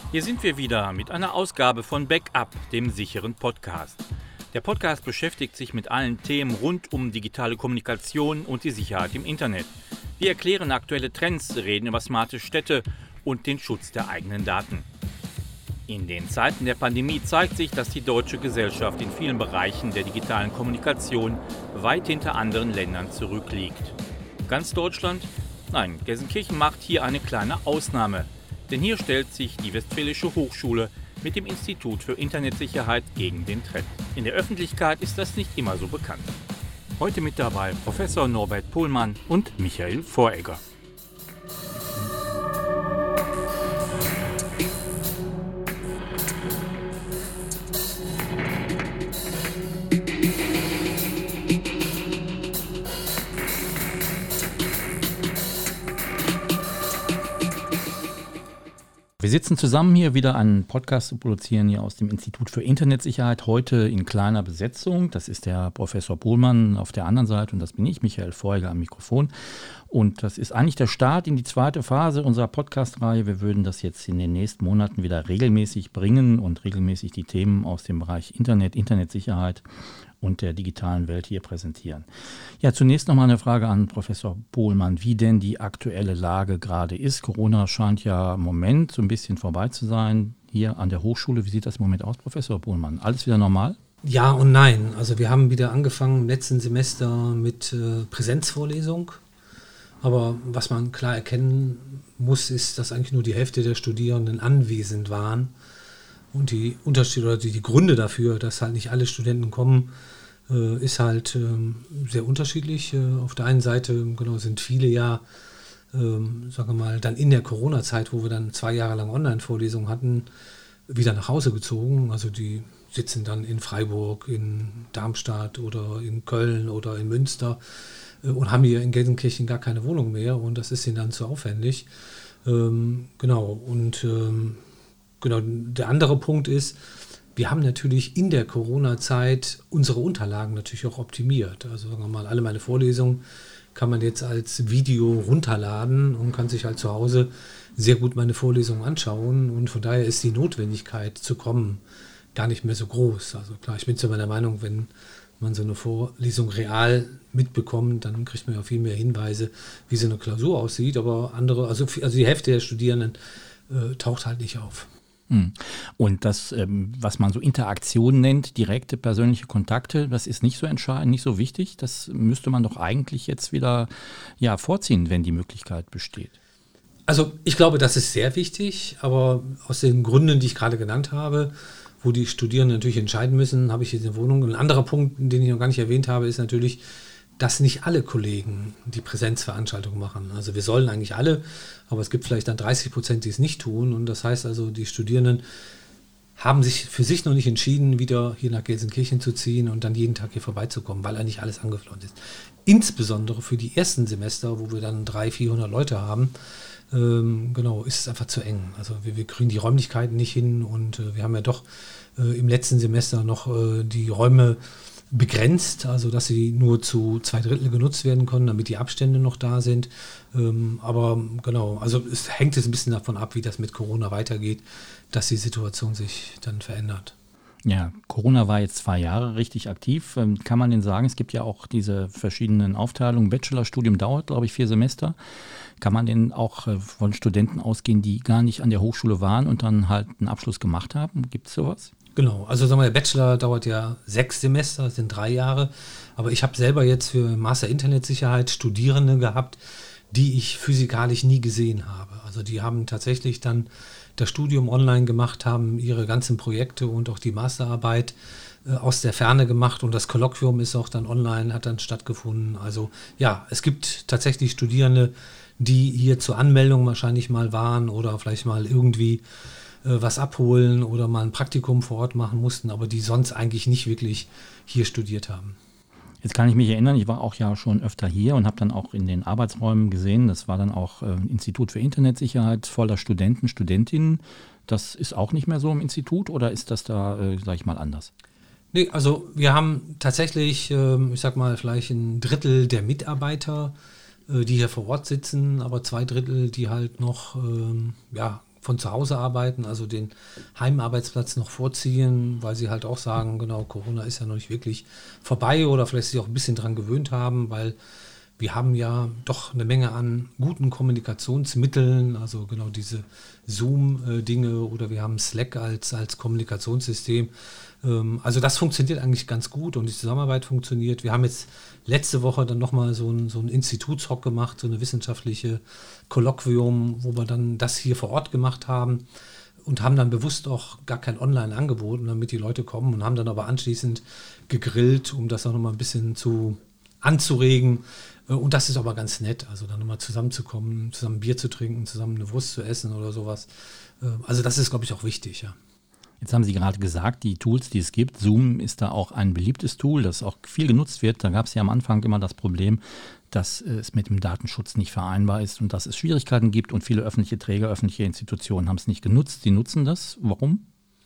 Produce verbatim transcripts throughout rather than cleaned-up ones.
Hier sind wir wieder mit einer Ausgabe von Backup, dem sicheren Podcast. Der Podcast beschäftigt sich mit allen Themen rund um digitale Kommunikation und die Sicherheit im Internet. Wir erklären aktuelle Trends, reden über smarte Städte und den Schutz der eigenen Daten. In den Zeiten der Pandemie zeigt sich, dass die deutsche Gesellschaft in vielen Bereichen der digitalen Kommunikation weit hinter anderen Ländern zurückliegt. Ganz Deutschland? Nein, Gelsenkirchen macht hier eine kleine Ausnahme. Denn hier stellt sich die Westfälische Hochschule mit dem Institut für Internetsicherheit gegen den Trend. In der Öffentlichkeit ist das nicht immer so bekannt. Heute mit dabei Professor Norbert Pohlmann und Michael Voregger. Wir sitzen zusammen hier, wieder einen Podcast zu produzieren hier aus dem Institut für Internetsicherheit, heute in kleiner Besetzung. Das ist der Professor Pohlmann auf der anderen Seite und das bin ich, Michael Voregger am Mikrofon. Und das ist eigentlich der Start in die zweite Phase unserer Podcast-Reihe. Wir würden das jetzt in den nächsten Monaten wieder regelmäßig bringen und regelmäßig die Themen aus dem Bereich Internet, Internetsicherheit und der digitalen Welt hier präsentieren. Ja, zunächst nochmal eine Frage an Professor Pohlmann, wie denn die aktuelle Lage gerade ist. Corona scheint ja im Moment so ein bisschen vorbei zu sein. Hier an der Hochschule, wie sieht das im Moment aus, Professor Pohlmann? Alles wieder normal? Ja und nein. Also wir haben wieder angefangen im letzten Semester mit äh, Präsenzvorlesung. Aber was man klar erkennen muss, ist, dass eigentlich nur die Hälfte der Studierenden anwesend waren. Und die Unterschiede oder die, die Gründe dafür, dass halt nicht alle Studenten kommen, äh, ist halt ähm, sehr unterschiedlich. Äh, auf der einen Seite genau sind viele ja, ähm, sagen wir mal, dann in der Corona-Zeit, wo wir dann zwei Jahre lang Online-Vorlesungen hatten, wieder nach Hause gezogen. Also die sitzen dann in Freiburg, in Darmstadt oder in Köln oder in Münster äh, und haben hier in Gelsenkirchen gar keine Wohnung mehr und das ist ihnen dann zu aufwendig. Ähm, genau, und ähm, Genau, der andere Punkt ist, wir haben natürlich in der Corona-Zeit unsere Unterlagen natürlich auch optimiert. Also sagen wir mal, alle meine Vorlesungen kann man jetzt als Video runterladen und kann sich halt zu Hause sehr gut meine Vorlesungen anschauen. Und von daher ist die Notwendigkeit zu kommen gar nicht mehr so groß. Also klar, ich bin zu meiner Meinung, wenn man so eine Vorlesung real mitbekommt, dann kriegt man ja viel mehr Hinweise, wie so eine Klausur aussieht. Aber andere, also, also die Hälfte der Studierenden äh, taucht halt nicht auf. Und das, was man so Interaktion nennt, direkte persönliche Kontakte, das ist nicht so entscheidend, nicht so wichtig. Das müsste man doch eigentlich jetzt wieder ja, vorziehen, wenn die Möglichkeit besteht. Also ich glaube, das ist sehr wichtig, aber aus den Gründen, die ich gerade genannt habe, wo die Studierenden natürlich entscheiden müssen, habe ich jetzt eine Wohnung. Ein anderer Punkt, den ich noch gar nicht erwähnt habe, ist natürlich, dass nicht alle Kollegen die Präsenzveranstaltung machen. Also wir sollen eigentlich alle, aber es gibt vielleicht dann dreißig Prozent, die es nicht tun. Und das heißt also, die Studierenden haben sich für sich noch nicht entschieden, wieder hier nach Gelsenkirchen zu ziehen und dann jeden Tag hier vorbeizukommen, weil eigentlich alles angeflogen ist. Insbesondere für die ersten Semester, wo wir dann dreihundert, vierhundert Leute haben, ähm, genau, ist es einfach zu eng. Also wir, wir kriegen die Räumlichkeiten nicht hin und äh, wir haben ja doch äh, im letzten Semester noch äh, die Räume begrenzt, also dass sie nur zu zwei Drittel genutzt werden können, damit die Abstände noch da sind. Ähm, aber genau, also es hängt jetzt ein bisschen davon ab, wie das mit Corona weitergeht, dass die Situation sich dann verändert. Ja, Corona war jetzt zwei Jahre richtig aktiv. Ähm, kann man denn sagen, es gibt ja auch diese verschiedenen Aufteilungen. Bachelorstudium dauert, glaube ich, vier Semester. Kann man denn auch äh, von Studenten ausgehen, die gar nicht an der Hochschule waren und dann halt einen Abschluss gemacht haben? Gibt es sowas? Genau, also sagen wir, der Bachelor dauert ja sechs Semester, das sind drei Jahre. Aber ich habe selber jetzt für Master Internetsicherheit Studierende gehabt, die ich physikalisch nie gesehen habe. Also die haben tatsächlich dann das Studium online gemacht, haben ihre ganzen Projekte und auch die Masterarbeit äh, aus der Ferne gemacht und das Kolloquium ist auch dann online, hat dann stattgefunden. Also ja, es gibt tatsächlich Studierende, die hier zur Anmeldung wahrscheinlich mal waren oder vielleicht mal irgendwie was abholen oder mal ein Praktikum vor Ort machen mussten, aber die sonst eigentlich nicht wirklich hier studiert haben. Jetzt kann ich mich erinnern, ich war auch ja schon öfter hier und habe dann auch in den Arbeitsräumen gesehen, das war dann auch äh, Institut für Internetsicherheit voller Studenten, Studentinnen. Das ist auch nicht mehr so im Institut oder ist das da, äh, sage ich mal, anders? Nee, also wir haben tatsächlich, äh, ich sag mal, vielleicht ein Drittel der Mitarbeiter, äh, die hier vor Ort sitzen, aber zwei Drittel, die halt noch ähm, ja, von zu Hause arbeiten, also den Heimarbeitsplatz noch vorziehen, weil sie halt auch sagen, genau, Corona ist ja noch nicht wirklich vorbei oder vielleicht sich auch ein bisschen dran gewöhnt haben, weil wir haben ja doch eine Menge an guten Kommunikationsmitteln, also genau diese Zoom-Dinge oder wir haben Slack als, als Kommunikationssystem. Also das funktioniert eigentlich ganz gut und die Zusammenarbeit funktioniert. Wir haben jetzt letzte Woche dann nochmal so ein, so ein Institutshock gemacht, so eine wissenschaftliche Kolloquium, wo wir dann das hier vor Ort gemacht haben und haben dann bewusst auch gar kein Online angeboten, damit die Leute kommen und haben dann aber anschließend gegrillt, um das auch nochmal ein bisschen zu anzuregen. Und das ist aber ganz nett, also dann nochmal zusammenzukommen, zusammen Bier zu trinken, zusammen eine Wurst zu essen oder sowas. Also das ist, glaube ich, auch wichtig, ja. Jetzt haben Sie gerade gesagt, die Tools, die es gibt, Zoom ist da auch ein beliebtes Tool, das auch viel genutzt wird. Da gab es ja am Anfang immer das Problem, dass es mit dem Datenschutz nicht vereinbar ist und dass es Schwierigkeiten gibt und viele öffentliche Träger, öffentliche Institutionen haben es nicht genutzt. Sie nutzen das. Warum?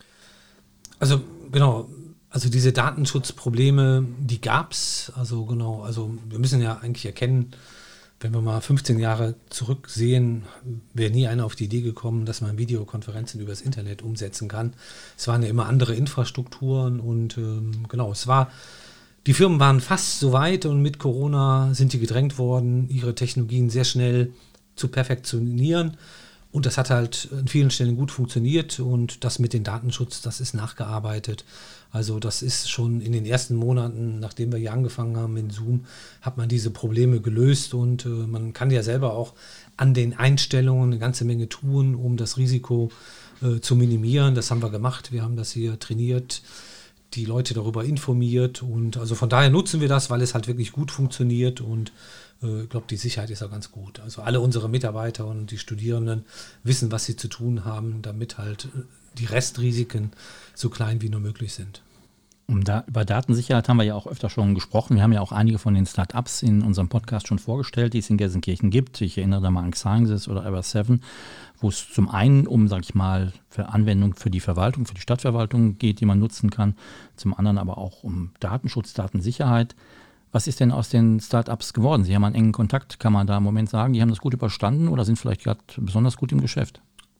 Also genau, also diese Datenschutzprobleme, die gab es. Also genau, also wir müssen ja eigentlich erkennen, wenn wir mal fünfzehn Jahre zurücksehen, wäre nie einer auf die Idee gekommen, dass man Videokonferenzen übers Internet umsetzen kann. Es waren ja immer andere Infrastrukturen und ähm, genau, es war, die Firmen waren fast so weit und mit Corona sind die gedrängt worden, ihre Technologien sehr schnell zu perfektionieren. Und das hat halt an vielen Stellen gut funktioniert und das mit dem Datenschutz, das ist nachgearbeitet. Also das ist schon in den ersten Monaten, nachdem wir hier angefangen haben in Zoom, hat man diese Probleme gelöst und äh, man kann ja selber auch an den Einstellungen eine ganze Menge tun, um das Risiko äh, zu minimieren. Das haben wir gemacht, wir haben das hier trainiert, die Leute darüber informiert und also von daher nutzen wir das, weil es halt wirklich gut funktioniert und ich glaube, die Sicherheit ist auch ganz gut. Also alle unsere Mitarbeiter und die Studierenden wissen, was sie zu tun haben, damit halt die Restrisiken so klein wie nur möglich sind. Um da, über Datensicherheit haben wir ja auch öfter schon gesprochen. Wir haben ja auch einige von den Start-ups in unserem Podcast schon vorgestellt, die es in Gelsenkirchen gibt. Ich erinnere da mal an Xienxus oder Ever seven, wo es zum einen um, sag ich mal, für Anwendungen für die Verwaltung, für die Stadtverwaltung geht, die man nutzen kann. Zum anderen aber auch um Datenschutz, Datensicherheit. Was ist denn aus den Start-ups geworden? Sie haben einen engen Kontakt, kann man da im Moment sagen, die haben das gut überstanden oder sind vielleicht gerade besonders gut im Geschäft?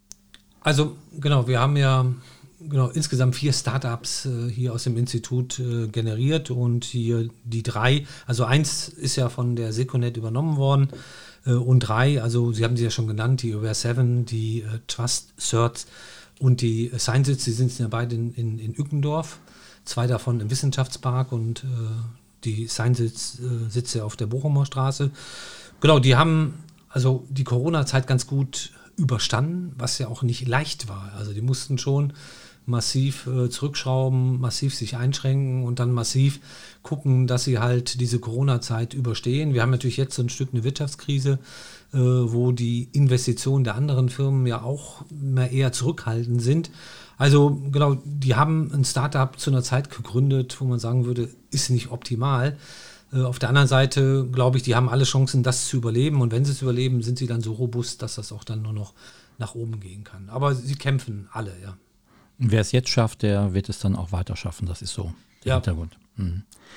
Also genau, wir haben ja genau, insgesamt vier Startups äh, hier aus dem Institut äh, generiert und hier die drei, also eins ist ja von der Seconet übernommen worden äh, und drei, also Sie haben sie ja schon genannt, die Ever seven, die äh, Trust Certs und die äh, Xienxus, die sind ja beide in, in, in Ückendorf, zwei davon im Wissenschaftspark und äh, die Xienxus äh, sitzt ja auf der Bochumer Straße. Genau, die haben also die Corona-Zeit ganz gut überstanden, was ja auch nicht leicht war. Also die mussten schon massiv äh, zurückschrauben, massiv sich einschränken und dann massiv gucken, dass sie halt diese Corona-Zeit überstehen. Wir haben natürlich jetzt so ein Stück eine Wirtschaftskrise, äh, wo die Investitionen der anderen Firmen ja auch mehr eher zurückhaltend sind. Also genau, die haben ein Startup zu einer Zeit gegründet, wo man sagen würde, ist nicht optimal. Äh, auf der anderen Seite glaube ich, die haben alle Chancen, das zu überleben. Und wenn sie es überleben, sind sie dann so robust, dass das auch dann nur noch nach oben gehen kann. Aber sie kämpfen alle, ja. Wer es jetzt schafft, der wird es dann auch weiter schaffen. Das ist so der ja. Hintergrund. Mhm.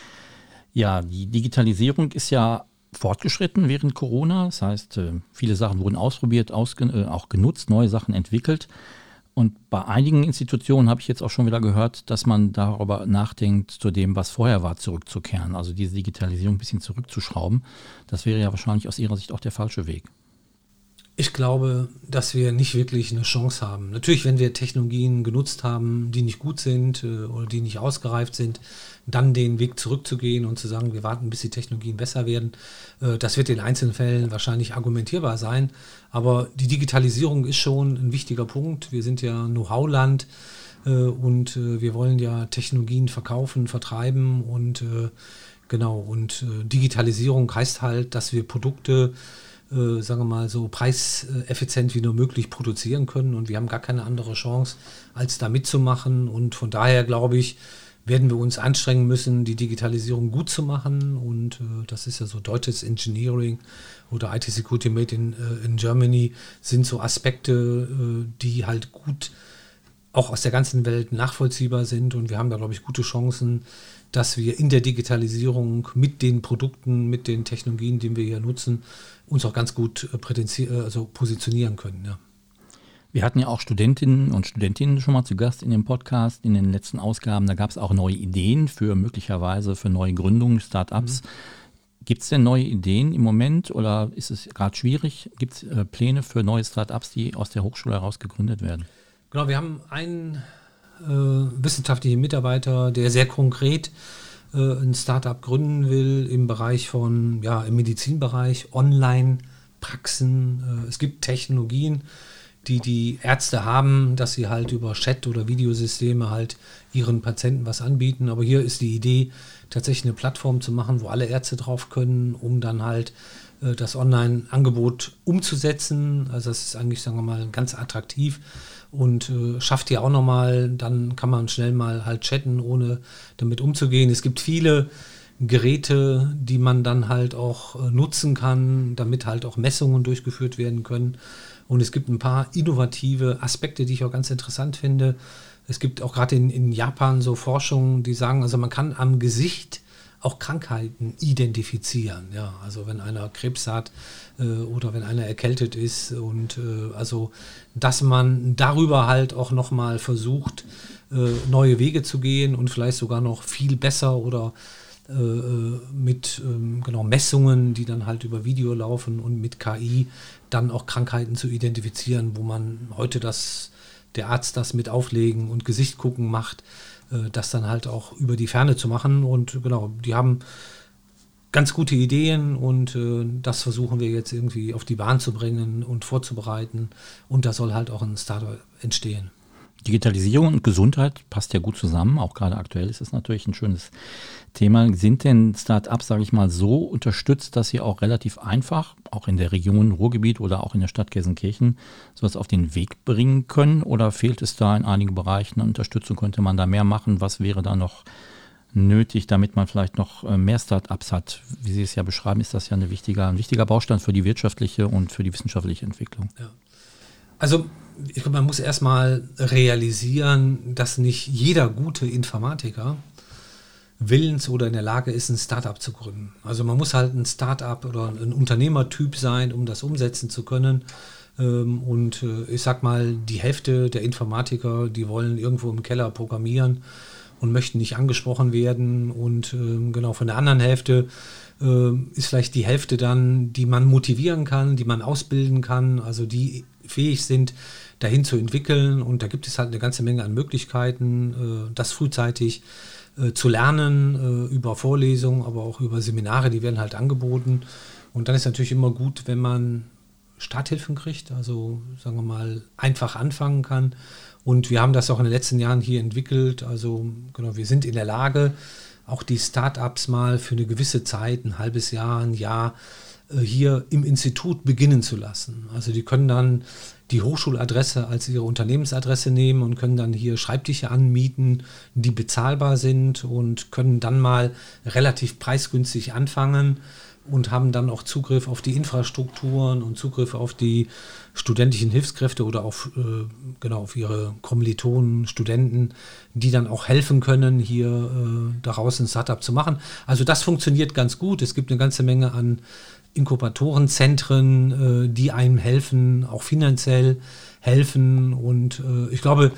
Ja, die Digitalisierung ist ja fortgeschritten während Corona. Das heißt, viele Sachen wurden ausprobiert, ausge- auch genutzt, neue Sachen entwickelt. Und bei einigen Institutionen habe ich jetzt auch schon wieder gehört, dass man darüber nachdenkt, zu dem, was vorher war, zurückzukehren. Also diese Digitalisierung ein bisschen zurückzuschrauben. Das wäre ja wahrscheinlich aus Ihrer Sicht auch der falsche Weg. Ich glaube, dass wir nicht wirklich eine Chance haben. Natürlich, wenn wir Technologien genutzt haben, die nicht gut sind äh, oder die nicht ausgereift sind, dann den Weg zurückzugehen und zu sagen, wir warten, bis die Technologien besser werden. Äh, das wird in einzelnen Fällen wahrscheinlich argumentierbar sein. Aber die Digitalisierung ist schon ein wichtiger Punkt. Wir sind ja Know-how-Land äh, und äh, wir wollen ja Technologien verkaufen, vertreiben und äh, genau. Und äh, Digitalisierung heißt halt, dass wir Produkte Äh, sagen wir mal, so preiseffizient wie nur möglich produzieren können und wir haben gar keine andere Chance, als da mitzumachen und von daher, glaube ich, werden wir uns anstrengen müssen, die Digitalisierung gut zu machen und äh, das ist ja so deutsches Engineering oder I T Security Made in, äh, in Germany sind so Aspekte, äh, die halt gut auch aus der ganzen Welt nachvollziehbar sind und wir haben da, glaube ich, gute Chancen, dass wir in der Digitalisierung mit den Produkten, mit den Technologien, die wir hier nutzen, uns auch ganz gut also positionieren können. Ja. Wir hatten ja auch Studentinnen und Studentinnen schon mal zu Gast in dem Podcast, in den letzten Ausgaben. Da gab es auch neue Ideen für möglicherweise für neue Gründungen, Start-ups. Mhm. Gibt es denn neue Ideen im Moment oder ist es gerade schwierig? Gibt es äh, Pläne für neue Start-ups, die aus der Hochschule heraus gegründet werden? Genau, wir haben einen äh, wissenschaftlichen Mitarbeiter, der sehr konkret äh, ein Start-up gründen will im Bereich von, ja, im Medizinbereich, Online-Praxen. Äh, es gibt Technologien, die die Ärzte haben, dass sie halt über Chat- oder Videosysteme halt ihren Patienten was anbieten. Aber hier ist die Idee, tatsächlich eine Plattform zu machen, wo alle Ärzte drauf können, um dann halt äh, das Online-Angebot umzusetzen. Also das ist eigentlich, sagen wir mal, ganz attraktiv und äh, schafft ja auch nochmal, dann kann man schnell mal halt chatten, ohne damit umzugehen. Es gibt viele Geräte, die man dann halt auch äh, nutzen kann, damit halt auch Messungen durchgeführt werden können. Und es gibt ein paar innovative Aspekte, die ich auch ganz interessant finde. Es gibt auch gerade in, in Japan so Forschungen, die sagen, also man kann am Gesicht auch Krankheiten identifizieren. Ja, also wenn einer Krebs hat äh, oder wenn einer erkältet ist. Und äh, also, dass man darüber halt auch nochmal versucht, äh, neue Wege zu gehen und vielleicht sogar noch viel besser oder mit ähm, genau, Messungen, die dann halt über Video laufen und mit K I dann auch Krankheiten zu identifizieren, wo man heute das, der Arzt das mit Auflegen und Gesicht gucken macht, äh, das dann halt auch über die Ferne zu machen. Und genau, die haben ganz gute Ideen und äh, das versuchen wir jetzt irgendwie auf die Bahn zu bringen und vorzubereiten. Und da soll halt auch ein Startup entstehen. Digitalisierung und Gesundheit passt ja gut zusammen. Auch gerade aktuell ist es natürlich ein schönes Thema. Sind denn Start-ups, sage ich mal, so unterstützt, dass sie auch relativ einfach, auch in der Region Ruhrgebiet oder auch in der Stadt Gelsenkirchen, sowas auf den Weg bringen können? Oder fehlt es da in einigen Bereichen an Unterstützung? Könnte man da mehr machen? Was wäre da noch nötig, damit man vielleicht noch mehr Start-ups hat? Wie Sie es ja beschreiben, ist das ja eine wichtiger, ein wichtiger Baustein für die wirtschaftliche und für die wissenschaftliche Entwicklung. Ja. Also ich glaube, man muss erstmal realisieren, dass nicht jeder gute Informatiker willens oder in der Lage ist, ein Startup zu gründen. Also man muss halt ein Startup oder ein Unternehmertyp sein, um das umsetzen zu können. Und ich sag mal, die Hälfte der Informatiker, die wollen irgendwo im Keller programmieren und möchten nicht angesprochen werden. Und genau von der anderen Hälfte ist vielleicht die Hälfte dann, die man motivieren kann, die man ausbilden kann, also die fähig sind, dahin zu entwickeln. Und da gibt es halt eine ganze Menge an Möglichkeiten, das frühzeitig zu lernen, über Vorlesungen, aber auch über Seminare, die werden halt angeboten. Und dann ist natürlich immer gut, wenn man Starthilfen kriegt, also sagen wir mal einfach anfangen kann. Und wir haben das auch in den letzten Jahren hier entwickelt. Also genau, wir sind in der Lage, auch die Startups mal für eine gewisse Zeit, ein halbes Jahr, ein Jahr, hier im Institut beginnen zu lassen. Also die können dann die Hochschuladresse als ihre Unternehmensadresse nehmen und können dann hier Schreibtische anmieten, die bezahlbar sind und können dann mal relativ preisgünstig anfangen und haben dann auch Zugriff auf die Infrastrukturen und Zugriff auf die studentischen Hilfskräfte oder auf, äh, genau, auf ihre Kommilitonen, Studenten, die dann auch helfen können, hier äh, daraus ein Startup zu machen. Also das funktioniert ganz gut. Es gibt eine ganze Menge an Inkubatorenzentren, äh, die einem helfen, auch finanziell helfen. Und äh, ich glaube,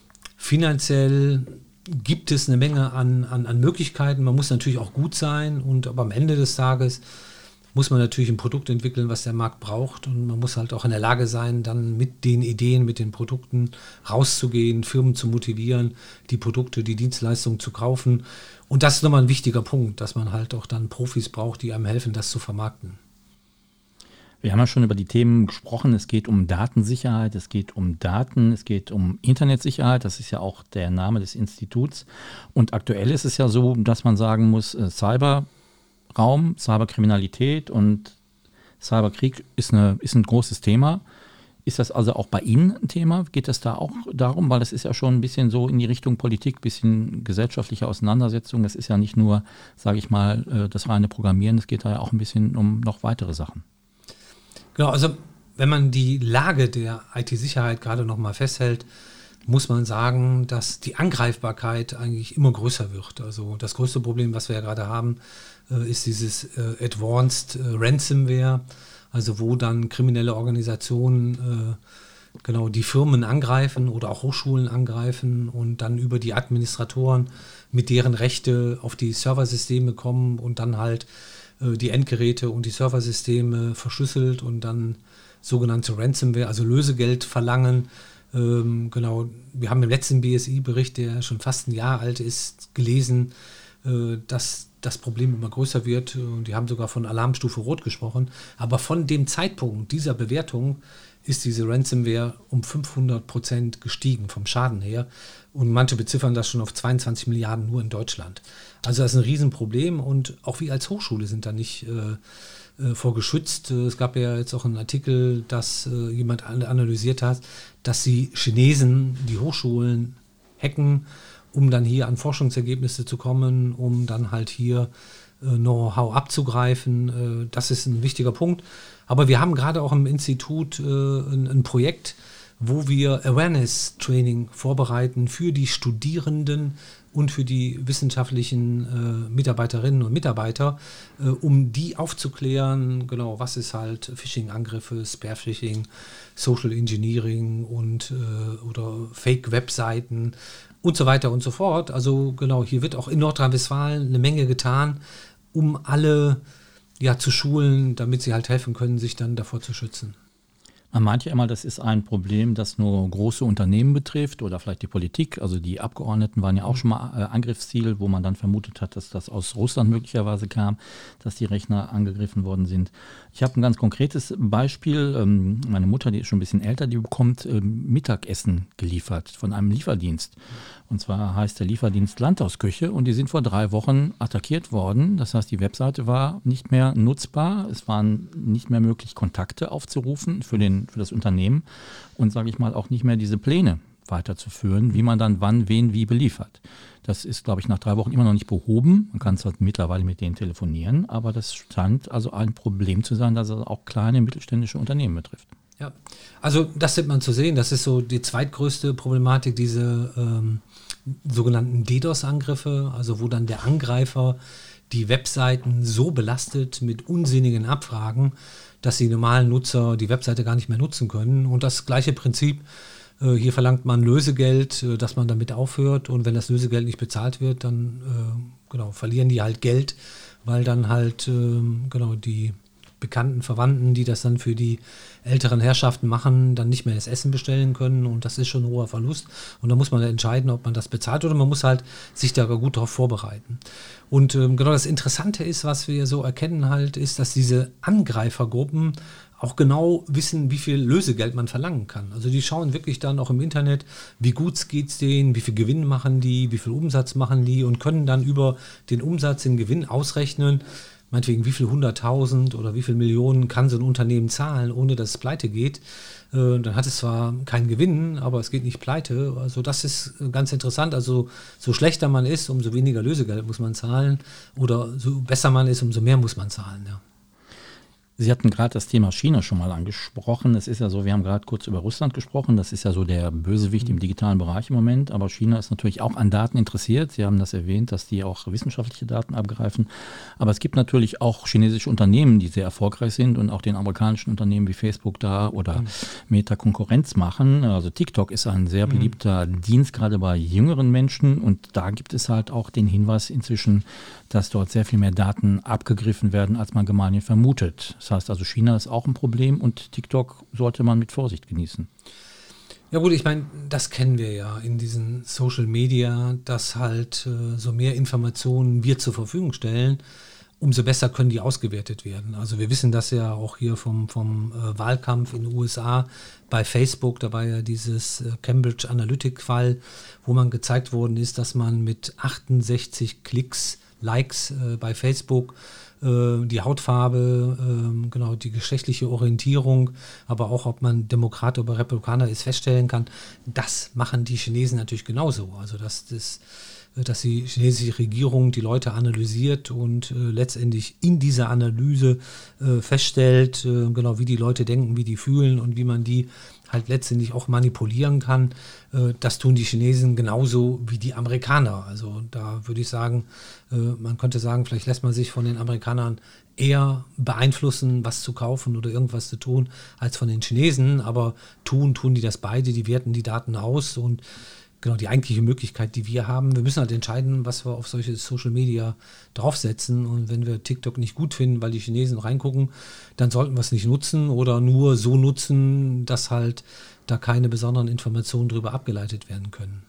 finanziell gibt es eine Menge an, an, an Möglichkeiten. Man muss natürlich auch gut sein. Und aber am Ende des Tages muss man natürlich ein Produkt entwickeln, was der Markt braucht. Und man muss halt auch in der Lage sein, dann mit den Ideen, mit den Produkten rauszugehen, Firmen zu motivieren, die Produkte, die Dienstleistungen zu kaufen. Und das ist nochmal ein wichtiger Punkt, dass man halt auch dann Profis braucht, die einem helfen, das zu vermarkten. Wir haben ja schon über die Themen gesprochen. Es geht um Datensicherheit, es geht um Daten, es geht um Internetsicherheit. Das ist ja auch der Name des Instituts. Und aktuell ist es ja so, dass man sagen muss, äh, Cyberraum, Cyberkriminalität und Cyberkrieg ist, eine, ist ein großes Thema. Ist das also auch bei Ihnen ein Thema? Geht es da auch darum? Weil das ist ja schon ein bisschen so in die Richtung Politik, ein bisschen gesellschaftliche Auseinandersetzung. Das ist ja nicht nur, sage ich mal, das reine Programmieren. Es geht da ja auch ein bisschen um noch weitere Sachen. Genau, also wenn man die Lage der I T-Sicherheit gerade nochmal festhält, muss man sagen, dass die Angreifbarkeit eigentlich immer größer wird. Also das größte Problem, was wir ja gerade haben, ist dieses Advanced Ransomware, also wo dann kriminelle Organisationen genau die Firmen angreifen oder auch Hochschulen angreifen und dann über die Administratoren mit deren Rechte auf die Serversysteme kommen und dann halt äh, die Endgeräte und die Serversysteme verschlüsselt und dann sogenannte Ransomware, also Lösegeld verlangen. Ähm, genau, wir haben im letzten B S I-Bericht, der schon fast ein Jahr alt ist, gelesen, äh, dass das Problem immer größer wird. Und die haben sogar von Alarmstufe Rot gesprochen. Aber von dem Zeitpunkt dieser Bewertung ist diese Ransomware um fünfhundert Prozent gestiegen vom Schaden her. Und manche beziffern das schon auf zweiundzwanzig Milliarden nur in Deutschland. Also das ist ein Riesenproblem und auch wir als Hochschule sind da nicht äh, äh, vor geschützt. Es gab ja jetzt auch einen Artikel, dass äh, jemand analysiert hat, dass die Chinesen die Hochschulen hacken, um dann hier an Forschungsergebnisse zu kommen, um dann halt hier äh, Know-how abzugreifen. Äh, das ist ein wichtiger Punkt. Aber wir haben gerade auch im Institut äh, ein, ein Projekt, wo wir Awareness-Training vorbereiten für die Studierenden und für die wissenschaftlichen äh, Mitarbeiterinnen und Mitarbeiter, äh, um die aufzuklären, genau, was ist halt Phishing-Angriffe, Spear-Phishing, Social Engineering und äh, oder Fake-Webseiten und so weiter und so fort. Also genau, hier wird auch in Nordrhein-Westfalen eine Menge getan, um alle ja, zu schulen, damit sie halt helfen können, sich dann davor zu schützen. Man meint ja immer, das ist ein Problem, das nur große Unternehmen betrifft oder vielleicht die Politik. Also die Abgeordneten waren ja auch schon mal äh, Angriffsziel, wo man dann vermutet hat, dass das aus Russland möglicherweise kam, dass die Rechner angegriffen worden sind. Ich habe ein ganz konkretes Beispiel. Ähm, meine Mutter, die ist schon ein bisschen älter, die bekommt äh, Mittagessen geliefert von einem Lieferdienst. Und zwar heißt der Lieferdienst Landhausküche und die sind vor drei Wochen attackiert worden. Das heißt, die Webseite war nicht mehr nutzbar. Es waren nicht mehr möglich, Kontakte aufzurufen für, den, für das Unternehmen und, sage ich mal, auch nicht mehr diese Pläne weiterzuführen, wie man dann wann, wen, wie beliefert. Das ist, glaube ich, nach drei Wochen immer noch nicht behoben. Man kann zwar mittlerweile mit denen telefonieren, aber das scheint also ein Problem zu sein, das auch kleine mittelständische Unternehmen betrifft. Ja, also das sieht man zu sehen. Das ist so die zweitgrößte Problematik, diese ähm, sogenannten DDoS-Angriffe, also wo dann der Angreifer die Webseiten so belastet mit unsinnigen Abfragen, dass die normalen Nutzer die Webseite gar nicht mehr nutzen können. Und das gleiche Prinzip, äh, hier verlangt man Lösegeld, äh, dass man damit aufhört. Und wenn das Lösegeld nicht bezahlt wird, dann äh, genau, verlieren die halt Geld, weil dann halt äh, genau die Bekannten, Verwandten, die das dann für die älteren Herrschaften machen, dann nicht mehr das Essen bestellen können und das ist schon ein hoher Verlust und da muss man entscheiden, ob man das bezahlt oder man muss halt sich da gut darauf vorbereiten. Und ähm, genau das Interessante ist, was wir so erkennen halt, ist, dass diese Angreifergruppen auch genau wissen, wie viel Lösegeld man verlangen kann. Also die schauen wirklich dann auch im Internet, wie gut geht's denen, wie viel Gewinn machen die, wie viel Umsatz machen die und können dann über den Umsatz, den Gewinn ausrechnen, meinetwegen wie viel hunderttausend oder wie viel Millionen kann so ein Unternehmen zahlen, ohne dass es pleite geht. Äh, dann hat es zwar keinen Gewinn, aber es geht nicht pleite. Also das ist ganz interessant. Also so schlechter man ist, umso weniger Lösegeld muss man zahlen. Oder so besser man ist, umso mehr muss man zahlen, ja. Sie hatten gerade das Thema China schon mal angesprochen. Es ist ja so, wir haben gerade kurz über Russland gesprochen. Das ist ja so der Bösewicht im digitalen Bereich im Moment. Aber China ist natürlich auch an Daten interessiert. Sie haben das erwähnt, dass die auch wissenschaftliche Daten abgreifen. Aber es gibt natürlich auch chinesische Unternehmen, die sehr erfolgreich sind und auch den amerikanischen Unternehmen wie Facebook da oder mhm. Meta Konkurrenz machen. Also TikTok ist ein sehr beliebter mhm. Dienst, gerade bei jüngeren Menschen. Und da gibt es halt auch den Hinweis inzwischen, dass dort sehr viel mehr Daten abgegriffen werden, als man gemeinhin vermutet. Das heißt also, China ist auch ein Problem und TikTok sollte man mit Vorsicht genießen. Ja gut, ich meine, das kennen wir ja in diesen Social Media, dass halt äh, so mehr Informationen wir zur Verfügung stellen, umso besser können die ausgewertet werden. Also wir wissen das ja auch hier vom, vom äh, Wahlkampf in den U S A bei Facebook, da war ja dieses äh, Cambridge Analytic-Fall, wo man gezeigt worden ist, dass man mit achtundsechzig Klicks, Likes äh, bei Facebook äh, die Hautfarbe, äh, genau die geschlechtliche Orientierung, aber auch ob man Demokrat oder Republikaner ist, feststellen kann. Das machen die Chinesen natürlich genauso. Also das, das dass die chinesische Regierung die Leute analysiert und äh, letztendlich in dieser Analyse äh, feststellt, äh, genau wie die Leute denken, wie die fühlen und wie man die halt letztendlich auch manipulieren kann. Äh, das tun die Chinesen genauso wie die Amerikaner. Also da würde ich sagen, äh, man könnte sagen, vielleicht lässt man sich von den Amerikanern eher beeinflussen, was zu kaufen oder irgendwas zu tun, als von den Chinesen. Aber tun, tun die das beide, die werten die Daten aus und genau die eigentliche Möglichkeit, die wir haben. Wir müssen halt entscheiden, was wir auf solche Social Media draufsetzen. Und wenn wir TikTok nicht gut finden, weil die Chinesen reingucken, dann sollten wir es nicht nutzen oder nur so nutzen, dass halt da keine besonderen Informationen drüber abgeleitet werden können.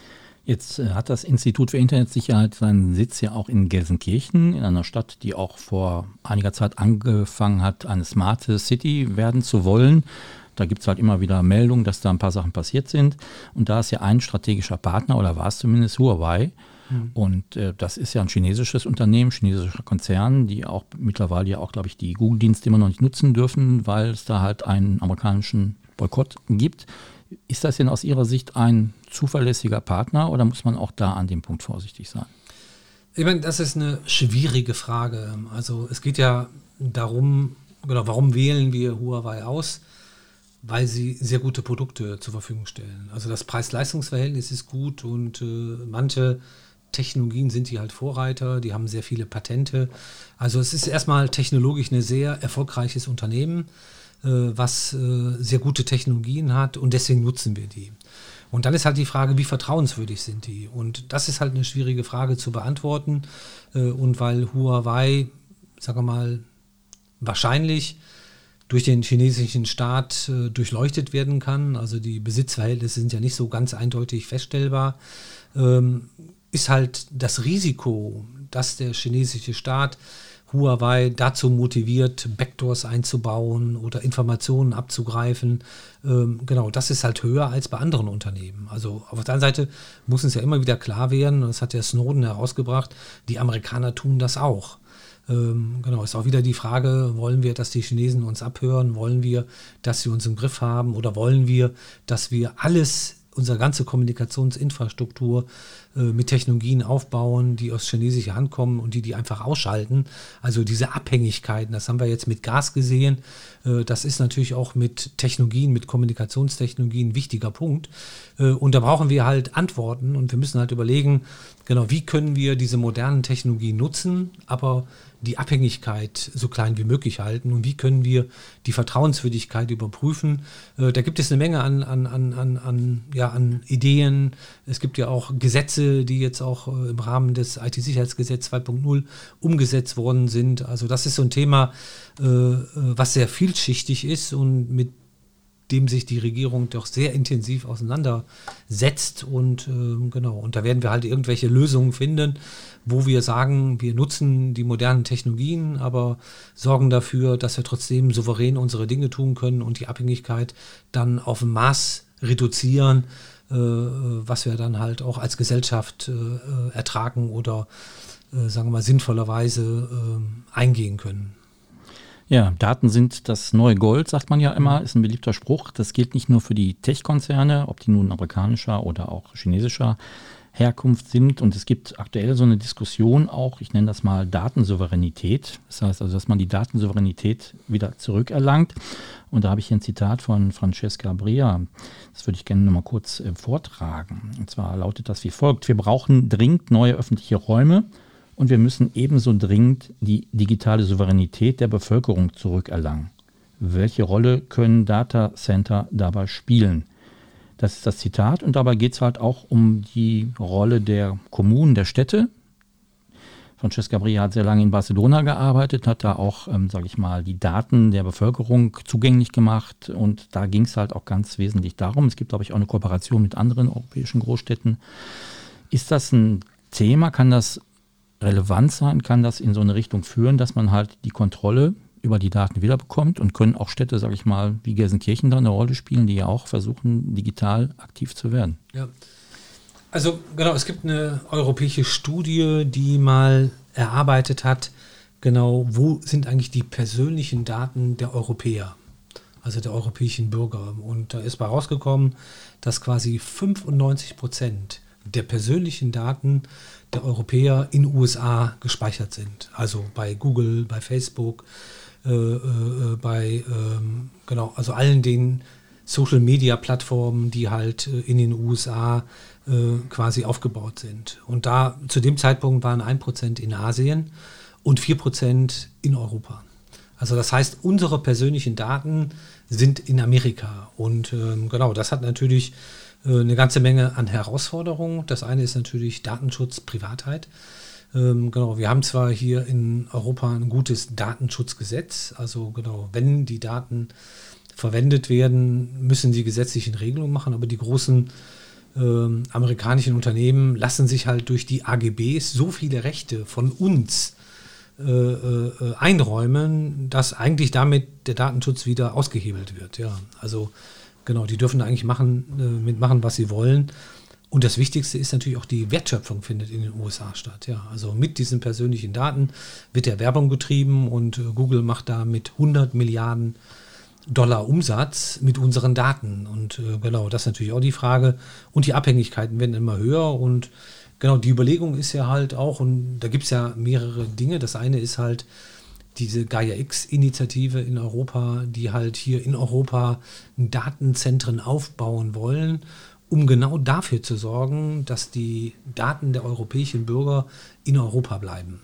Jetzt äh, hat das Institut für Internetsicherheit seinen Sitz ja auch in Gelsenkirchen, in einer Stadt, die auch vor einiger Zeit angefangen hat, eine smarte City werden zu wollen. Da gibt es halt immer wieder Meldungen, dass da ein paar Sachen passiert sind. Und da ist ja ein strategischer Partner, oder war es zumindest Huawei. Mhm. Und äh, das ist ja ein chinesisches Unternehmen, chinesischer Konzern, die auch mittlerweile ja auch, glaube ich, die Google-Dienste immer noch nicht nutzen dürfen, weil es da halt einen amerikanischen Boykott gibt. Ist das denn aus Ihrer Sicht ein zuverlässiger Partner oder muss man auch da an dem Punkt vorsichtig sein? Ich meine, das ist eine schwierige Frage. Also es geht ja darum, genau, warum wählen wir Huawei aus? Weil sie sehr gute Produkte zur Verfügung stellen. Also das Preis-Leistungs-Verhältnis ist gut und äh, manche Technologien sind die halt Vorreiter, die haben sehr viele Patente. Also es ist erstmal technologisch ein sehr erfolgreiches Unternehmen, äh, was äh, sehr gute Technologien hat und deswegen nutzen wir die. Und dann ist halt die Frage, wie vertrauenswürdig sind die? Und das ist halt eine schwierige Frage zu beantworten. Äh, und weil Huawei, sagen wir mal, wahrscheinlich durch den chinesischen Staat äh, durchleuchtet werden kann, also die Besitzverhältnisse sind ja nicht so ganz eindeutig feststellbar, ähm, ist halt das Risiko, dass der chinesische Staat Huawei dazu motiviert, Backdoors einzubauen oder Informationen abzugreifen. Ähm, genau, das ist halt höher als bei anderen Unternehmen. Also auf der anderen Seite muss uns ja immer wieder klar werden, und das hat der Snowden herausgebracht, die Amerikaner tun das auch. Ähm, genau, ist auch wieder die Frage, wollen wir, dass die Chinesen uns abhören? Wollen wir, dass sie uns im Griff haben? Oder wollen wir, dass wir alles, unsere ganze Kommunikationsinfrastruktur äh, mit Technologien aufbauen, die aus chinesischer Hand kommen und die die einfach ausschalten? Also diese Abhängigkeiten, das haben wir jetzt mit Gas gesehen. Äh, das ist natürlich auch mit Technologien, mit Kommunikationstechnologien ein wichtiger Punkt. Äh, und da brauchen wir halt Antworten und wir müssen halt überlegen, genau, wie können wir diese modernen Technologien nutzen, aber die Abhängigkeit so klein wie möglich halten und wie können wir die Vertrauenswürdigkeit überprüfen. Äh, da gibt es eine Menge an, an, an, an, an, ja, an Ideen. Es gibt ja auch Gesetze, die jetzt auch äh, im Rahmen des I T-Sicherheitsgesetzes zwei Punkt null umgesetzt worden sind. Also das ist so ein Thema, äh, was sehr vielschichtig ist und mit dem sich die Regierung doch sehr intensiv auseinandersetzt und äh, genau, und da werden wir halt irgendwelche Lösungen finden, wo wir sagen, wir nutzen die modernen Technologien, aber sorgen dafür, dass wir trotzdem souverän unsere Dinge tun können und die Abhängigkeit dann auf ein Maß reduzieren, äh, was wir dann halt auch als Gesellschaft äh, ertragen oder äh, sagen wir mal sinnvollerweise äh, eingehen können. Ja, Daten sind das neue Gold, sagt man ja immer, ist ein beliebter Spruch. Das gilt nicht nur für die Tech-Konzerne, ob die nun amerikanischer oder auch chinesischer Herkunft sind. Und es gibt aktuell so eine Diskussion auch, ich nenne das mal Datensouveränität. Das heißt also, dass man die Datensouveränität wieder zurückerlangt. Und da habe ich hier ein Zitat von Francesca Bria. Das würde ich gerne noch mal kurz äh, vortragen. Und zwar lautet das wie folgt: Wir brauchen dringend neue öffentliche Räume. Und wir müssen ebenso dringend die digitale Souveränität der Bevölkerung zurückerlangen. Welche Rolle können Datacenter dabei spielen? Das ist das Zitat und dabei geht es halt auch um die Rolle der Kommunen, der Städte. Francesca Bria hat sehr lange in Barcelona gearbeitet, hat da auch, ähm, sage ich mal, die Daten der Bevölkerung zugänglich gemacht und da ging es halt auch ganz wesentlich darum. Es gibt, glaube ich, auch eine Kooperation mit anderen europäischen Großstädten. Ist das ein Thema? Kann das relevant sein, kann das in so eine Richtung führen, dass man halt die Kontrolle über die Daten wiederbekommt und können auch Städte, sage ich mal, wie Gelsenkirchen da eine Rolle spielen, die ja auch versuchen, digital aktiv zu werden. Ja, also genau, es gibt eine europäische Studie, die mal erarbeitet hat, genau, wo sind eigentlich die persönlichen Daten der Europäer, also der europäischen Bürger. Und da ist bei rausgekommen, dass quasi fünfundneunzig Prozent der persönlichen Daten der Europäer in den U S A gespeichert sind. Also bei Google, bei Facebook, äh, äh, bei ähm, genau, also allen den Social-Media-Plattformen, die halt äh, in den U S A äh, quasi aufgebaut sind. Und da zu dem Zeitpunkt waren ein Prozent in Asien und vier Prozent in Europa. Also das heißt, unsere persönlichen Daten sind in Amerika. Und ähm, genau, das hat natürlich äh, eine ganze Menge an Herausforderungen. Das eine ist natürlich Datenschutz, Privatheit. Ähm, genau, wir haben zwar hier in Europa ein gutes Datenschutzgesetz. Also genau, wenn die Daten verwendet werden, müssen die gesetzlichen Regelungen machen. Aber die großen ähm, amerikanischen Unternehmen lassen sich halt durch die A G Bs so viele Rechte von uns Äh, äh, einräumen, dass eigentlich damit der Datenschutz wieder ausgehebelt wird. Ja, also genau, die dürfen eigentlich machen, äh, mitmachen, was sie wollen. Und das Wichtigste ist natürlich auch, die Wertschöpfung findet in den U S A statt. Ja, also mit diesen persönlichen Daten wird ja Werbung getrieben und äh, Google macht da mit hundert Milliarden Dollar Umsatz mit unseren Daten. Und äh, genau, das ist natürlich auch die Frage. Und die Abhängigkeiten werden immer höher und genau, die Überlegung ist ja halt auch, und da gibt es ja mehrere Dinge. Das eine ist halt diese Gaia-X-Initiative in Europa, die halt hier in Europa Datenzentren aufbauen wollen, um genau dafür zu sorgen, dass die Daten der europäischen Bürger in Europa bleiben.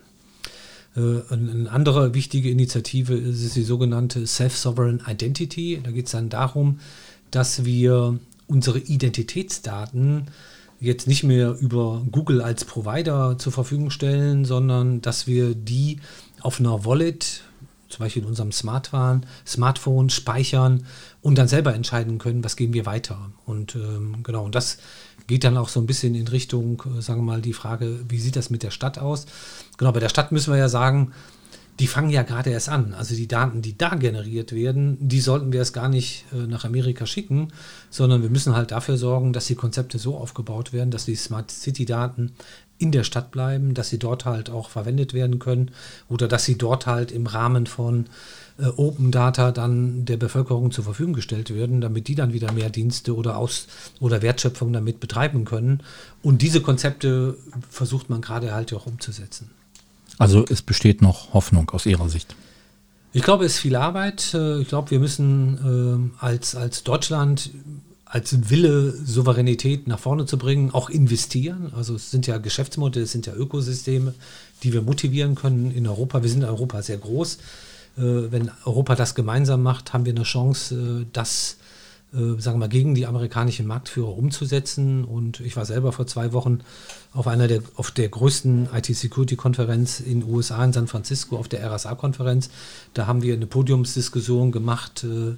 Äh, eine andere wichtige Initiative ist die sogenannte Self-Sovereign Identity. Da geht es dann darum, dass wir unsere Identitätsdaten jetzt nicht mehr über Google als Provider zur Verfügung stellen, sondern dass wir die auf einer Wallet, zum Beispiel in unserem Smartphone, Smartphone speichern und dann selber entscheiden können, was geben wir weiter. Und ähm, genau, und das geht dann auch so ein bisschen in Richtung, äh, sagen wir mal, die Frage, wie sieht das mit der Stadt aus? Genau, bei der Stadt müssen wir ja sagen, die fangen ja gerade erst an. Also die Daten, die da generiert werden, die sollten wir erst gar nicht äh, nach Amerika schicken, sondern wir müssen halt dafür sorgen, dass die Konzepte so aufgebaut werden, dass die Smart City-Daten in der Stadt bleiben, dass sie dort halt auch verwendet werden können oder dass sie dort halt im Rahmen von äh, Open Data dann der Bevölkerung zur Verfügung gestellt werden, damit die dann wieder mehr Dienste oder Aus- oder Wertschöpfung damit betreiben können. Und diese Konzepte versucht man gerade halt auch umzusetzen. Also es besteht noch Hoffnung aus Ihrer Sicht? Ich glaube, es ist viel Arbeit. Ich glaube, wir müssen äh, als, als Deutschland als Wille, Souveränität nach vorne zu bringen, auch investieren. Also es sind ja Geschäftsmodelle, es sind ja Ökosysteme, die wir motivieren können in Europa. Wir sind in Europa sehr groß. Äh, wenn Europa das gemeinsam macht, haben wir eine Chance, äh, das äh, sagen wir mal, gegen die amerikanischen Marktführer umzusetzen. Und ich war selber vor zwei Wochen auf einer der, auf der größten I T-Security-Konferenz in den U S A in San Francisco, auf der R S A-Konferenz. Da haben wir eine Podiumsdiskussion gemacht, äh,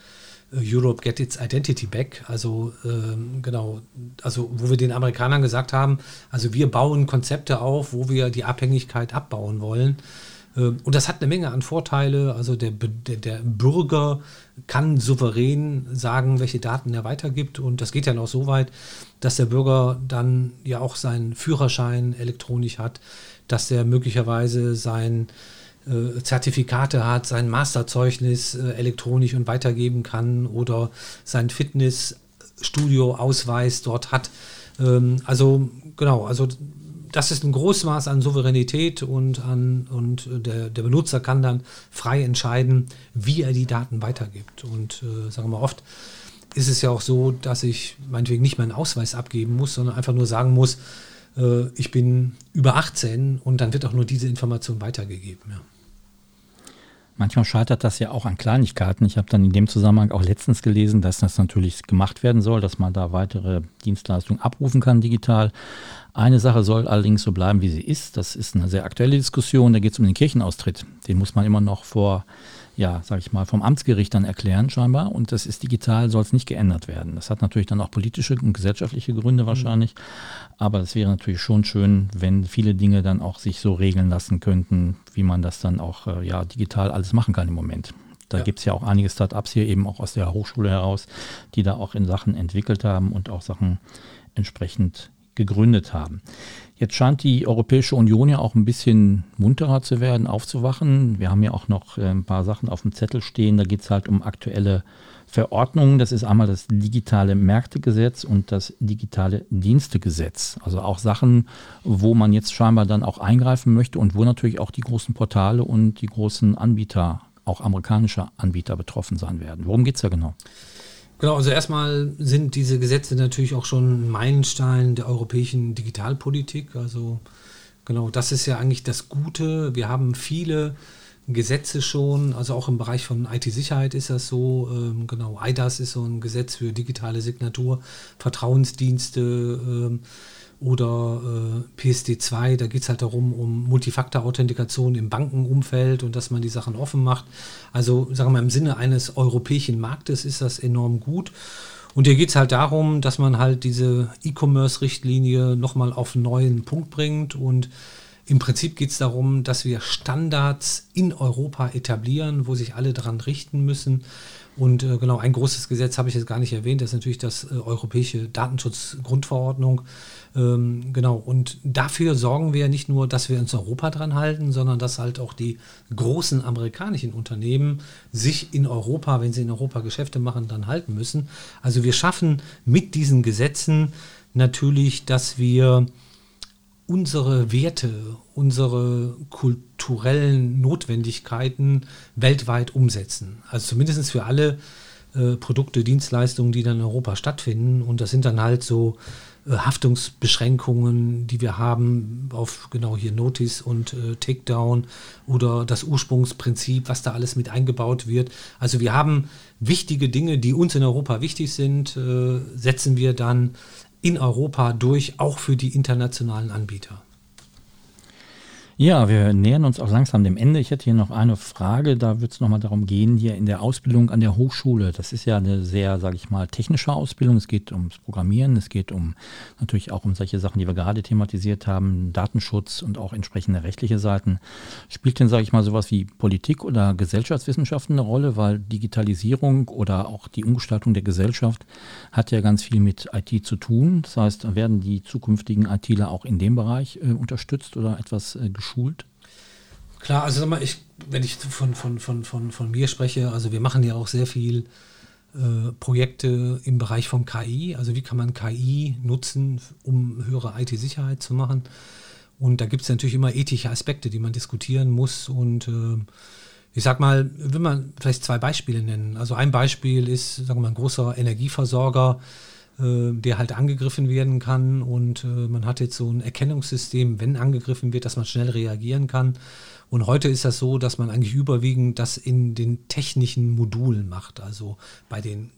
Europe Get Its Identity Back, also ähm, genau, also wo wir den Amerikanern gesagt haben, also wir bauen Konzepte auf, wo wir die Abhängigkeit abbauen wollen. Ähm, und das hat eine Menge an Vorteile. Also der, der, der Bürger kann souverän sagen, welche Daten er weitergibt. Und das geht ja noch so weit, dass der Bürger dann ja auch seinen Führerschein elektronisch hat, dass er möglicherweise sein Zertifikate hat, sein Masterzeugnis äh, elektronisch und weitergeben kann oder sein Fitnessstudio-Ausweis dort hat. Ähm, also genau, also das ist ein großes Maß an Souveränität und, an, und der, der Benutzer kann dann frei entscheiden, wie er die Daten weitergibt. Und äh, sagen wir mal, oft ist es ja auch so, dass ich meinetwegen nicht meinen Ausweis abgeben muss, sondern einfach nur sagen muss, äh, ich bin über achtzehn und dann wird auch nur diese Information weitergegeben. Ja. Manchmal scheitert das ja auch an Kleinigkeiten. Ich habe dann in dem Zusammenhang auch letztens gelesen, dass das natürlich gemacht werden soll, dass man da weitere Dienstleistungen abrufen kann digital. Eine Sache soll allerdings so bleiben, wie sie ist. Das ist eine sehr aktuelle Diskussion. Da geht es um den Kirchenaustritt. Den muss man immer noch vor, ja, sage ich mal, vom Amtsgericht dann erklären scheinbar. Und das ist digital, soll es nicht geändert werden. Das hat natürlich dann auch politische und gesellschaftliche Gründe wahrscheinlich. Aber es wäre natürlich schon schön, wenn viele Dinge dann auch sich so regeln lassen könnten, wie man das dann auch äh, ja, digital alles machen kann im Moment. Da ja. gibt es ja auch einige Start-ups hier eben auch aus der Hochschule heraus, die da auch in Sachen entwickelt haben und auch Sachen entsprechend gegründet haben. Jetzt scheint die Europäische Union ja auch ein bisschen munterer zu werden, aufzuwachen. Wir haben ja auch noch ein paar Sachen auf dem Zettel stehen. Da geht es halt um aktuelle Verordnungen. Das ist einmal das digitale Märktegesetz und das digitale Dienstegesetz. Also auch Sachen, wo man jetzt scheinbar dann auch eingreifen möchte und wo natürlich auch die großen Portale und die großen Anbieter, auch amerikanische Anbieter, betroffen sein werden. Worum geht es da genau? Genau, also erstmal sind diese Gesetze natürlich auch schon ein Meilenstein der europäischen Digitalpolitik. Also genau, das ist ja eigentlich das Gute. Wir haben viele Gesetze schon, also auch im Bereich von I T-Sicherheit ist das so. Ähm, genau, I D A S ist so ein Gesetz für digitale Signatur, Vertrauensdienste ähm, oder äh, P S D zwei, da geht es halt darum, um Multifaktor-Authentikation im Bankenumfeld und dass man die Sachen offen macht. Also sagen wir mal, im Sinne eines europäischen Marktes ist das enorm gut. Und hier geht es halt darum, dass man halt diese E-Commerce-Richtlinie nochmal auf einen neuen Punkt bringt und im Prinzip geht es darum, dass wir Standards in Europa etablieren, wo sich alle daran richten müssen. Und äh, genau, ein großes Gesetz habe ich jetzt gar nicht erwähnt, das ist natürlich das äh, Europäische Datenschutzgrundverordnung. Ähm, genau, und dafür sorgen wir nicht nur, dass wir uns Europa dran halten, sondern dass halt auch die großen amerikanischen Unternehmen sich in Europa, wenn sie in Europa Geschäfte machen, dann halten müssen. Also wir schaffen mit diesen Gesetzen natürlich, dass wir unsere Werte, unsere kulturellen Notwendigkeiten weltweit umsetzen. Also zumindest für alle äh, Produkte, Dienstleistungen, die dann in Europa stattfinden. Und das sind dann halt so äh, Haftungsbeschränkungen, die wir haben auf genau hier Notice und äh, Takedown oder das Ursprungsprinzip, was da alles mit eingebaut wird. Also wir haben wichtige Dinge, die uns in Europa wichtig sind, äh, setzen wir dann in Europa durch, auch für die internationalen Anbieter. Ja, wir nähern uns auch langsam dem Ende. Ich hätte hier noch eine Frage, da wird es nochmal darum gehen, hier in der Ausbildung an der Hochschule. Das ist ja eine sehr, sage ich mal, technische Ausbildung. Es geht ums Programmieren, es geht um natürlich auch um solche Sachen, die wir gerade thematisiert haben, Datenschutz und auch entsprechende rechtliche Seiten. Spielt denn, sage ich mal, sowas wie Politik oder Gesellschaftswissenschaften eine Rolle? Weil Digitalisierung oder auch die Umgestaltung der Gesellschaft hat ja ganz viel mit I T zu tun. Das heißt, werden die zukünftigen ITler auch in dem Bereich äh, unterstützt oder etwas äh, geschult? Klar, also sag mal, ich, wenn ich von, von, von, von, von mir spreche, also wir machen ja auch sehr viel äh, Projekte im Bereich von K I, also wie kann man K I nutzen, um höhere I T-Sicherheit zu machen. Und da gibt es natürlich immer ethische Aspekte, die man diskutieren muss. Und äh, ich sag mal, will man vielleicht zwei Beispiele nennen. Also ein Beispiel ist, sagen wir mal, ein großer Energieversorger, der halt angegriffen werden kann und äh, man hat jetzt so ein Erkennungssystem, wenn angegriffen wird, dass man schnell reagieren kann. Und heute ist das so, dass man eigentlich überwiegend das in den technischen Modulen macht, also bei den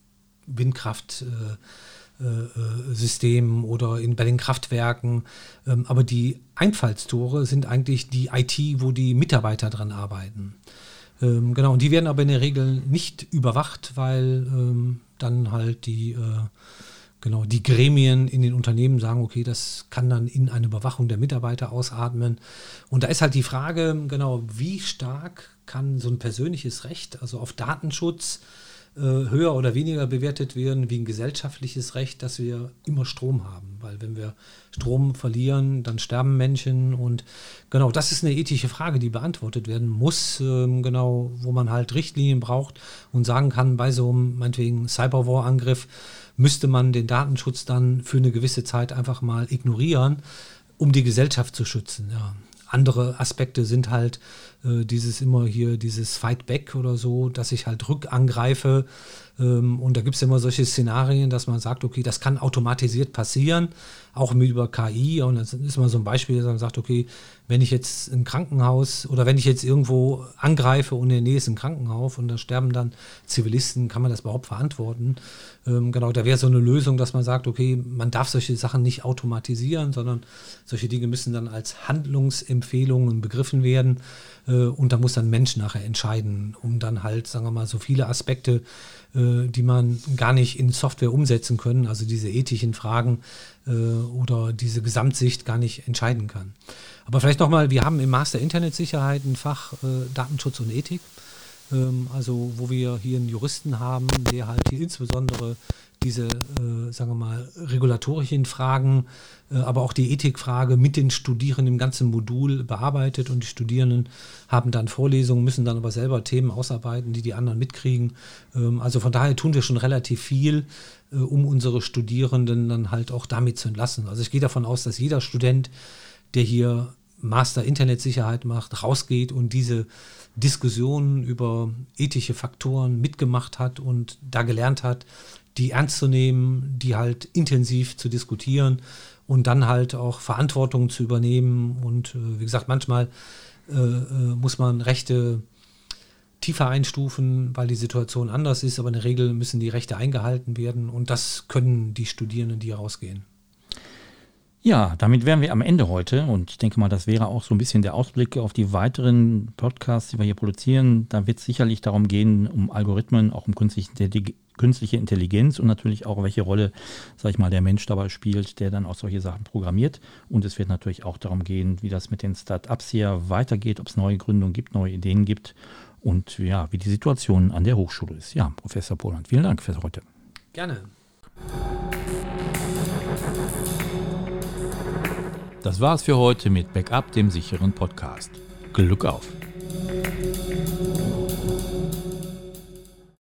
Windkraftsystemen äh, äh, oder in, bei den Kraftwerken. Ähm, aber die Einfallstore sind eigentlich die I T, wo die Mitarbeiter dran arbeiten. Ähm, genau, und die werden aber in der Regel nicht überwacht, weil ähm, dann halt die äh, Genau, die Gremien in den Unternehmen sagen, okay, das kann dann in eine Überwachung der Mitarbeiter ausatmen. Und da ist halt die Frage, genau, wie stark kann so ein persönliches Recht, also auf Datenschutz, äh, höher oder weniger bewertet werden wie ein gesellschaftliches Recht, dass wir immer Strom haben. Weil wenn wir Strom verlieren, dann sterben Menschen. Und genau, das ist eine ethische Frage, die beantwortet werden muss, äh, genau, wo man halt Richtlinien braucht und sagen kann, bei so einem, meinetwegen, Cyberwar-Angriff, müsste man den Datenschutz dann für eine gewisse Zeit einfach mal ignorieren, um die Gesellschaft zu schützen. Ja. Andere Aspekte sind halt äh, dieses immer hier, dieses Fight Back oder so, dass ich halt rückangreife. Ähm, und da gibt es immer solche Szenarien, dass man sagt, okay, das kann automatisiert passieren, auch mit über K I. Und das ist mal so ein Beispiel, dass man sagt, okay, wenn ich jetzt ein Krankenhaus oder wenn ich jetzt irgendwo angreife und in der Nähe ist ein Krankenhaus und da sterben dann Zivilisten, kann man das überhaupt verantworten? Ähm, genau, da wäre so eine Lösung, dass man sagt, okay, man darf solche Sachen nicht automatisieren, sondern solche Dinge müssen dann als Handlungsempfehlungen begriffen werden äh, und da muss dann ein Mensch nachher entscheiden, um dann halt, sagen wir mal, so viele Aspekte, äh, die man gar nicht in Software umsetzen können, also diese ethischen Fragen äh, oder diese Gesamtsicht gar nicht entscheiden kann. Aber vielleicht nochmal, wir haben im Master Internetsicherheit ein Fach äh, Datenschutz und Ethik. Ähm, also wo wir hier einen Juristen haben, der halt hier insbesondere diese, äh, sagen wir mal, regulatorischen Fragen, äh, aber auch die Ethikfrage mit den Studierenden im ganzen Modul bearbeitet und die Studierenden haben dann Vorlesungen, müssen dann aber selber Themen ausarbeiten, die die anderen mitkriegen. Ähm, also von daher tun wir schon relativ viel, äh, um unsere Studierenden dann halt auch damit zu entlassen. Also ich gehe davon aus, dass jeder Student, der hier Master Internetsicherheit macht, rausgeht und diese Diskussionen über ethische Faktoren mitgemacht hat und da gelernt hat, die ernst zu nehmen, die halt intensiv zu diskutieren und dann halt auch Verantwortung zu übernehmen. Und äh, wie gesagt, manchmal äh, äh, muss man Rechte tiefer einstufen, weil die Situation anders ist, aber in der Regel müssen die Rechte eingehalten werden und das können die Studierenden, die hier rausgehen. Ja, damit wären wir am Ende heute und ich denke mal, das wäre auch so ein bisschen der Ausblick auf die weiteren Podcasts, die wir hier produzieren. Da wird es sicherlich darum gehen, um Algorithmen, auch um künstliche Intelligenz und natürlich auch, welche Rolle, sag ich mal, der Mensch dabei spielt, der dann auch solche Sachen programmiert. Und es wird natürlich auch darum gehen, wie das mit den Start-ups hier weitergeht, ob es neue Gründungen gibt, neue Ideen gibt und ja, wie die Situation an der Hochschule ist. Ja, Professor Poland, vielen Dank für heute. Gerne. Das war es für heute mit Backup, dem sicheren Podcast. Glück auf!